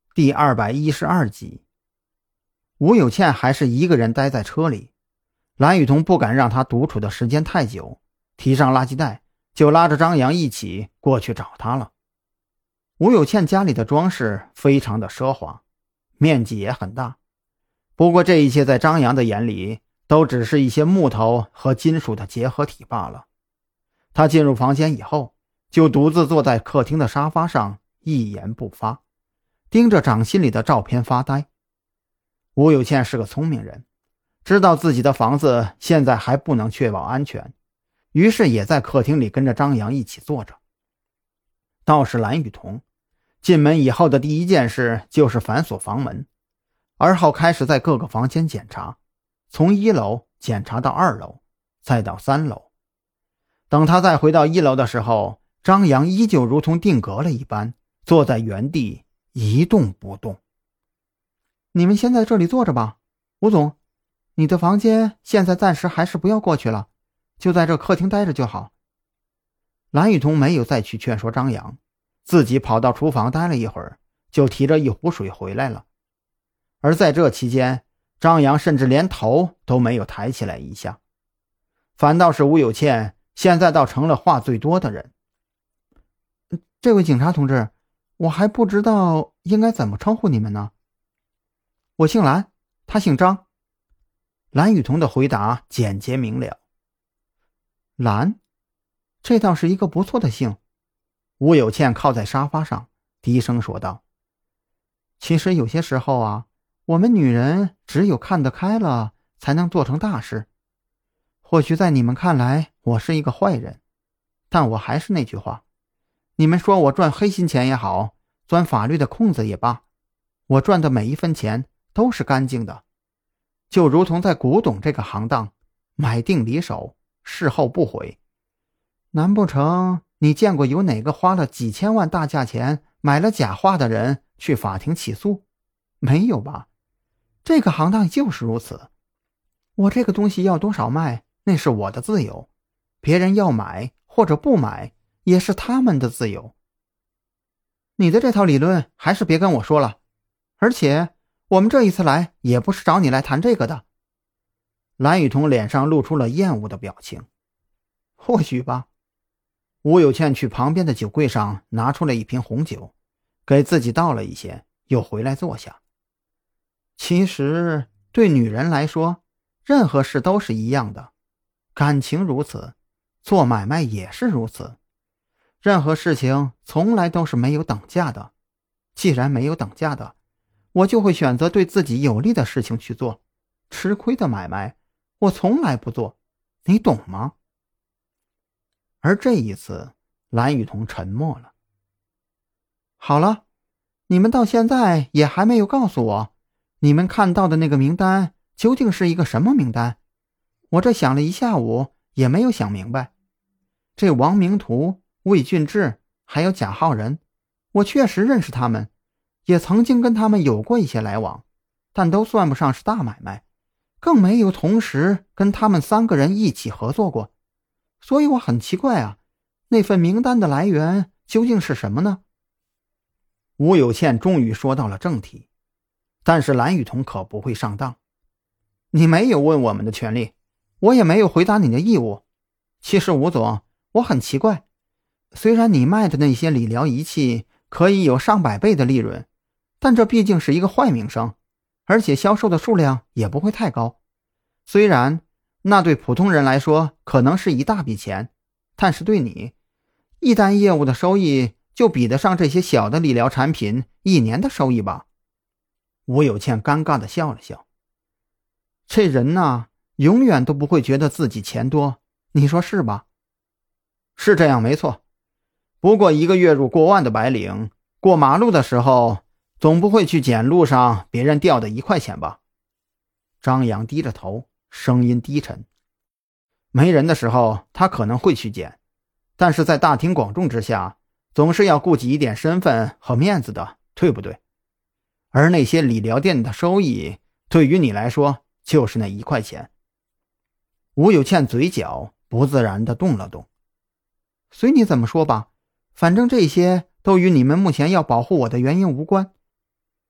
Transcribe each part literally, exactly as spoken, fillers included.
第二百一十二集。吴有倩还是一个人待在车里，蓝雨桐不敢让她独处的时间太久，提上垃圾袋就拉着张扬一起过去找她了。吴有倩家里的装饰非常的奢华，面积也很大，不过这一切在张扬的眼里都只是一些木头和金属的结合体罢了。他进入房间以后，就独自坐在客厅的沙发上，一言不发，盯着掌心里的照片发呆。吴有倩是个聪明人，知道自己的房子现在还不能确保安全，于是也在客厅里跟着张扬一起坐着。倒是蓝雨桐进门以后的第一件事就是反锁房门，而后开始在各个房间检查，从一楼检查到二楼，再到三楼。等他再回到一楼的时候，张扬依旧如同定格了一般，坐在原地一动不动。你们先在这里坐着吧，吴总，你的房间现在暂时还是不要过去了，就在这客厅待着就好。蓝雨桐没有再去劝说张扬，自己跑到厨房待了一会儿，就提着一壶水回来了。而在这期间，张扬甚至连头都没有抬起来一下，反倒是吴有倩现在倒成了话最多的人。这位警察同志，我还不知道应该怎么称呼你们呢。我姓蓝，他姓张。蓝雨桐的回答简洁明了。蓝，这倒是一个不错的姓。吴有倩靠在沙发上，低声说道。其实有些时候啊，我们女人只有看得开了，才能做成大事。或许在你们看来，我是一个坏人，但我还是那句话，你们说我赚黑心钱也好，钻法律的空子也罢，我赚的每一分钱都是干净的，就如同在古董这个行当，买定离手，事后不悔。难不成你见过有哪个花了几千万大价钱买了假画的人去法庭起诉？没有吧？这个行当就是如此。我这个东西要多少卖，那是我的自由，别人要买或者不买，也是他们的自由。你的这套理论还是别跟我说了，而且我们这一次来也不是找你来谈这个的。蓝雨桐脸上露出了厌恶的表情。或许吧。吴有倩去旁边的酒柜上拿出了一瓶红酒，给自己倒了一些，又回来坐下。其实对女人来说，任何事都是一样的，感情如此，做买卖也是如此。任何事情从来都是没有等价的，既然没有等价的，我就会选择对自己有利的事情去做，吃亏的买卖我从来不做，你懂吗？而这一次，蓝雨桐沉默了。好了，你们到现在也还没有告诉我，你们看到的那个名单究竟是一个什么名单？我这想了一下午也没有想明白。这王明图、魏俊志还有贾浩仁，我确实认识他们，也曾经跟他们有过一些来往，但都算不上是大买卖，更没有同时跟他们三个人一起合作过。所以我很奇怪啊，那份名单的来源究竟是什么呢？吴有倩终于说到了正题，但是蓝雨桐可不会上当。你没有问我们的权利，我也没有回答你的义务。其实吴总，我很奇怪，虽然你卖的那些理疗仪器可以有上百倍的利润，但这毕竟是一个坏名声，而且销售的数量也不会太高。虽然那对普通人来说可能是一大笔钱，但是对你，一单业务的收益就比得上这些小的理疗产品一年的收益吧。吴有倩尴尬地笑了笑。这人呐，永远都不会觉得自己钱多，你说是吧？是这样没错，不过一个月入过万的白领，过马路的时候总不会去捡路上别人掉的一块钱吧？张扬低着头，声音低沉。没人的时候他可能会去捡，但是在大庭广众之下总是要顾及一点身份和面子的，对不对？而那些理疗店的收益对于你来说就是那一块钱。吴有倩嘴角不自然地动了动。随你怎么说吧，反正这些都与你们目前要保护我的原因无关。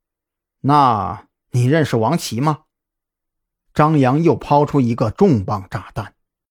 那你认识王琦吗？张扬又抛出一个重磅炸弹。